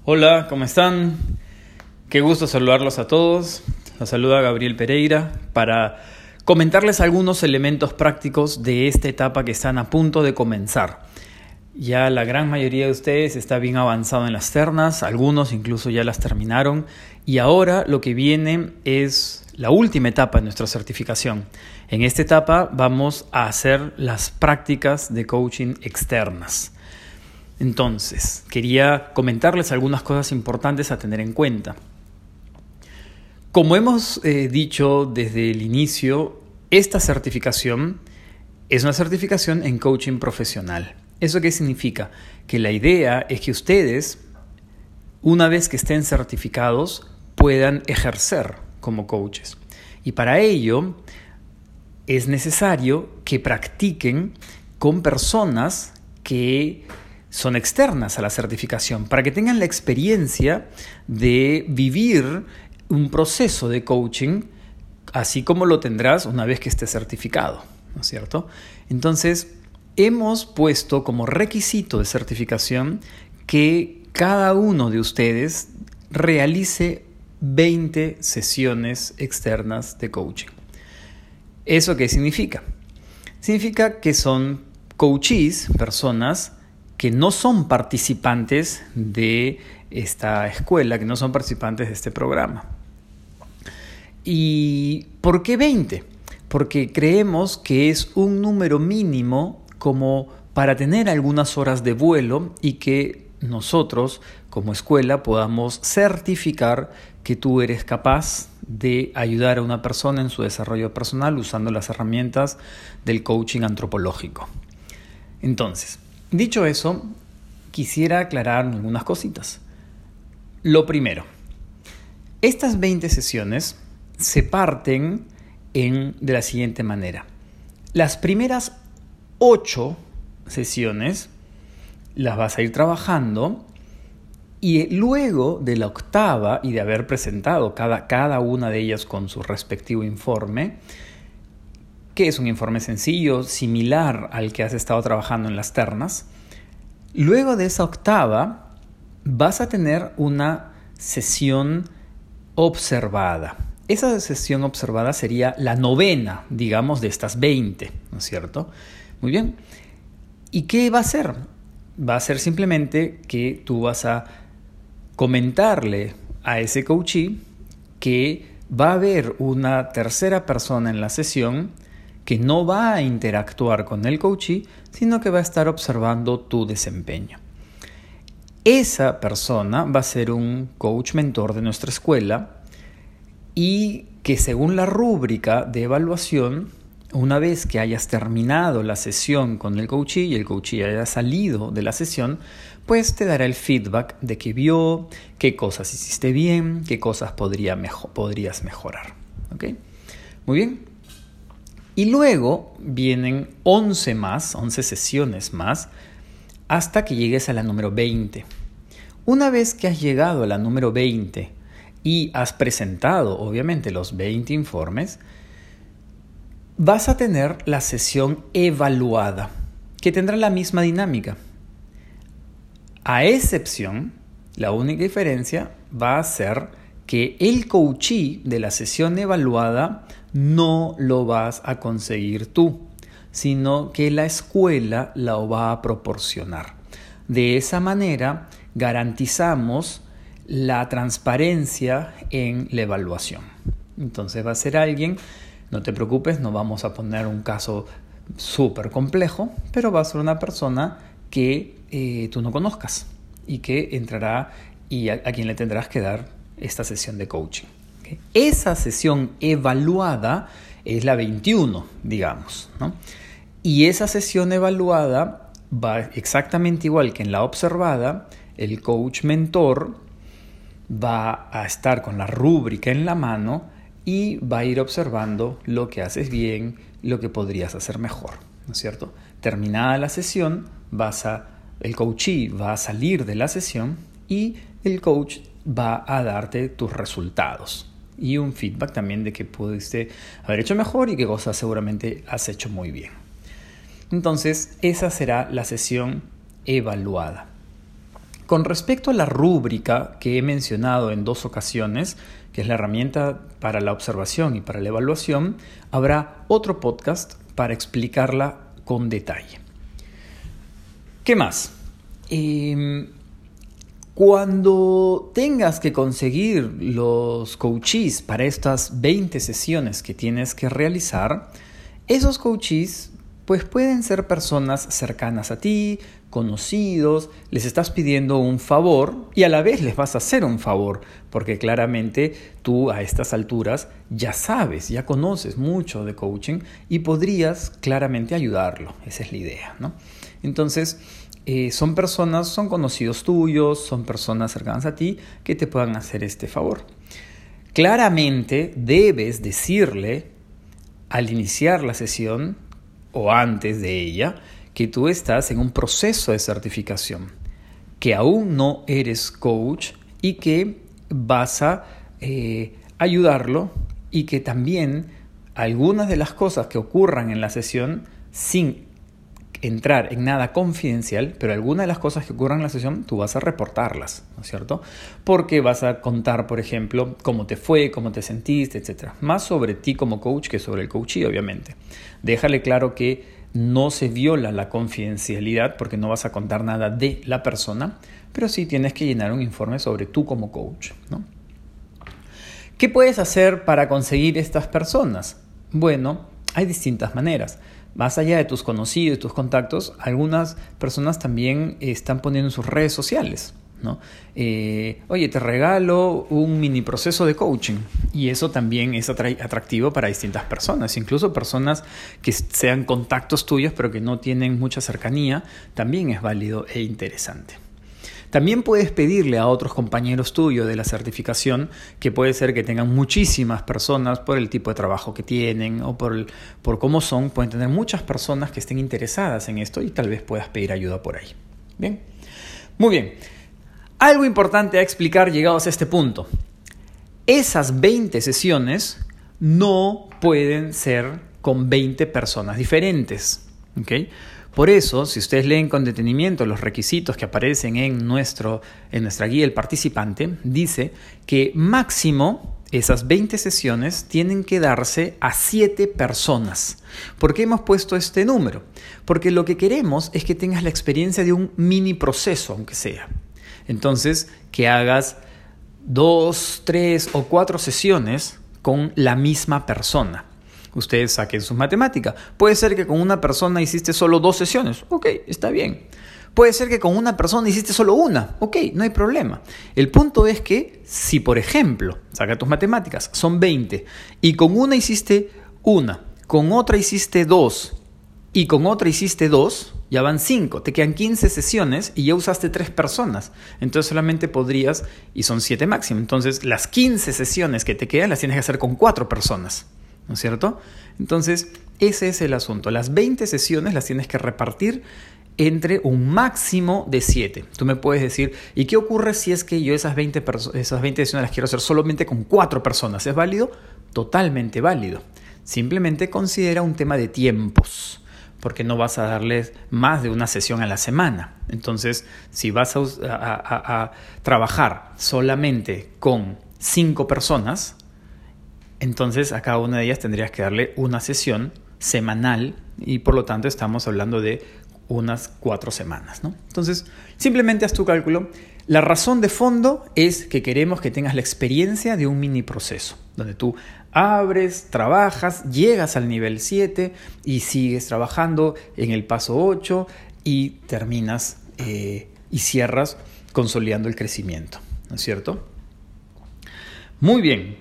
Hola, ¿cómo están? Qué gusto saludarlos a todos. Los saluda Gabriel Pereira para comentarles algunos elementos prácticos de esta etapa que están a punto de comenzar. Ya la gran mayoría de ustedes está bien avanzado en las ternas, algunos incluso ya las terminaron y ahora lo que viene es la última etapa de nuestra certificación. En esta etapa vamos a hacer las prácticas de coaching externas. Entonces, quería comentarles algunas cosas importantes a tener en cuenta. Como hemos dicho desde el inicio, esta certificación es una certificación en coaching profesional. ¿Eso qué significa? Que la idea es que ustedes, una vez que estén certificados, puedan ejercer como coaches. Y para ello es necesario que practiquen con personas que son externas a la certificación, para que tengan la experiencia de vivir un proceso de coaching, así como lo tendrás una vez que estés certificado, ¿no es cierto? Entonces, hemos puesto como requisito de certificación que cada uno de ustedes realice 20 sesiones externas de coaching. ¿Eso qué significa? Significa que son coachees, personas que no son participantes de esta escuela, que no son participantes de este programa. ¿Y por qué 20? Porque creemos que es un número mínimo como para tener algunas horas de vuelo y que nosotros como escuela podamos certificar que tú eres capaz de ayudar a una persona en su desarrollo personal usando las herramientas del coaching antropológico. Entonces, dicho eso, quisiera aclarar algunas cositas. Lo primero, estas 20 sesiones se parten de la siguiente manera. Las primeras 8 sesiones las vas a ir trabajando y luego de la octava y de haber presentado cada una de ellas con su respectivo informe, que es un informe sencillo, similar al que has estado trabajando en las ternas. Luego de esa octava, vas a tener una sesión observada. Esa sesión observada sería la novena, digamos, de estas 20, ¿no es cierto? Muy bien. ¿Y qué va a ser? Va a ser simplemente que tú vas a comentarle a ese coachee que va a haber una tercera persona en la sesión que no va a interactuar con el coachee, sino que va a estar observando tu desempeño. Esa persona va a ser un coach mentor de nuestra escuela y que según la rúbrica de evaluación, una vez que hayas terminado la sesión con el coachee y el coachee haya salido de la sesión, pues te dará el feedback de qué vio, qué cosas hiciste bien, qué cosas podrías mejorar. ¿Ok? Muy bien. Y luego vienen 11 sesiones más, hasta que llegues a la número 20. Una vez que has llegado a la número 20 y has presentado, obviamente, los 20 informes, vas a tener la sesión evaluada, que tendrá la misma dinámica. A excepción, la única diferencia va a ser que el coachee de la sesión evaluada no lo vas a conseguir tú, sino que la escuela lo va a proporcionar. De esa manera garantizamos la transparencia en la evaluación. Entonces va a ser alguien, no te preocupes, no vamos a poner un caso súper complejo, pero va a ser una persona que tú no conozcas y que entrará y a quien le tendrás que dar esta sesión de coaching. ¿Okay? Esa sesión evaluada es la 21, digamos, ¿no? Y esa sesión evaluada va exactamente igual que en la observada. El coach mentor va a estar con la rúbrica en la mano y va a ir observando lo que haces bien, lo que podrías hacer mejor, ¿no es cierto? Terminada la sesión, el coachee va a salir de la sesión y el coach va a darte tus resultados y un feedback también de que pudiste haber hecho mejor y qué cosas seguramente has hecho muy bien. Entonces, esa será la sesión evaluada. Con respecto a la rúbrica que he mencionado en 2 ocasiones, que es la herramienta para la observación y para la evaluación, habrá otro podcast para explicarla con detalle. ¿Qué más? Cuando tengas que conseguir los coachees para estas 20 sesiones que tienes que realizar, esos coachees pues pueden ser personas cercanas a ti, conocidos, les estás pidiendo un favor y a la vez les vas a hacer un favor, porque claramente tú a estas alturas ya sabes, ya conoces mucho de coaching y podrías claramente ayudarlo. Esa es la idea, ¿no? Entonces, son conocidos tuyos, son personas cercanas a ti que te puedan hacer este favor. Claramente debes decirle al iniciar la sesión o antes de ella que tú estás en un proceso de certificación, que aún no eres coach y que vas a ayudarlo y que también algunas de las cosas que ocurran en la sesión, sin entrar en nada confidencial, pero algunas de las cosas que ocurran en la sesión tú vas a reportarlas, ¿no es cierto? Porque vas a contar, por ejemplo, cómo te fue, cómo te sentiste, etc. Más sobre ti como coach que sobre el coachee, obviamente. Déjale claro que no se viola la confidencialidad porque no vas a contar nada de la persona, pero sí tienes que llenar un informe sobre tú como coach, ¿no? ¿Qué puedes hacer para conseguir estas personas? Bueno, hay distintas maneras. Más allá de tus conocidos y tus contactos, algunas personas también están poniendo en sus redes sociales, ¿no? Oye, te regalo un mini proceso de coaching, y eso también es atractivo para distintas personas, incluso personas que sean contactos tuyos pero que no tienen mucha cercanía, también es válido e interesante. También puedes pedirle a otros compañeros tuyos de la certificación, que puede ser que tengan muchísimas personas por el tipo de trabajo que tienen o por cómo son, pueden tener muchas personas que estén interesadas en esto y tal vez puedas pedir ayuda por ahí. Bien, muy bien. Algo importante a explicar llegados a este punto. Esas 20 sesiones no pueden ser con 20 personas diferentes, ¿ok? Por eso, si ustedes leen con detenimiento los requisitos que aparecen en nuestra guía del participante, dice que máximo esas 20 sesiones tienen que darse a 7 personas. ¿Por qué hemos puesto este número? Porque lo que queremos es que tengas la experiencia de un mini proceso, aunque sea. Entonces, que hagas 2, 3 o 4 sesiones con la misma persona. Ustedes saquen sus matemáticas. Puede ser que con una persona hiciste solo 2 sesiones. Ok, está bien. Puede ser que con una persona hiciste solo una. Ok, no hay problema. El punto es que si, por ejemplo, saca tus matemáticas, son 20 y con una hiciste una, con otra hiciste 2 y con otra hiciste 2, ya van 5. Te quedan 15 sesiones y ya usaste 3 personas. Entonces solamente podrías, y son 7 máximo. Entonces las 15 sesiones que te quedan las tienes que hacer con 4 personas. ¿No es cierto? Entonces, ese es el asunto. Las 20 sesiones las tienes que repartir entre un máximo de 7. Tú me puedes decir, ¿y qué ocurre si es que yo esas 20 sesiones las quiero hacer solamente con 4 personas? ¿Es válido? Totalmente válido. Simplemente considera un tema de tiempos, porque no vas a darles más de una sesión a la semana. Entonces, si vas a trabajar solamente con 5 personas, entonces a cada una de ellas tendrías que darle una sesión semanal y por lo tanto estamos hablando de unas 4 semanas, ¿no? Entonces simplemente haz tu cálculo. La razón de fondo es que queremos que tengas la experiencia de un mini proceso, donde tú abres, trabajas, llegas al nivel 7 y sigues trabajando en el paso 8 y terminas y cierras consolidando el crecimiento, ¿no es cierto? Muy bien.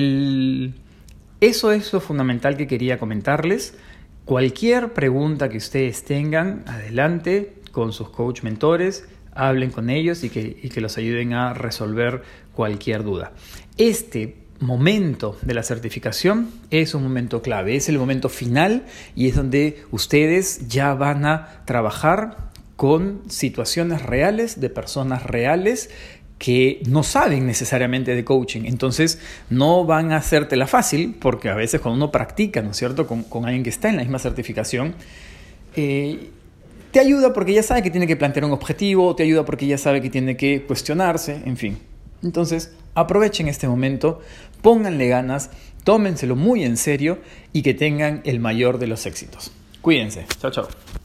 Eso es lo fundamental que quería comentarles. Cualquier pregunta que ustedes tengan, adelante con sus coach mentores, hablen con ellos y que los ayuden a resolver cualquier duda. Este momento de la certificación es un momento clave, es el momento final y es donde ustedes ya van a trabajar con situaciones reales de personas reales que no saben necesariamente de coaching. Entonces no van a hacértela fácil, porque a veces cuando uno practica, ¿no es cierto?, con alguien que está en la misma certificación, te ayuda porque ya sabe que tiene que plantear un objetivo, te ayuda porque ya sabe que tiene que cuestionarse, en fin. Entonces, aprovechen este momento, pónganle ganas, tómenselo muy en serio y que tengan el mayor de los éxitos. Cuídense. Chao, chao.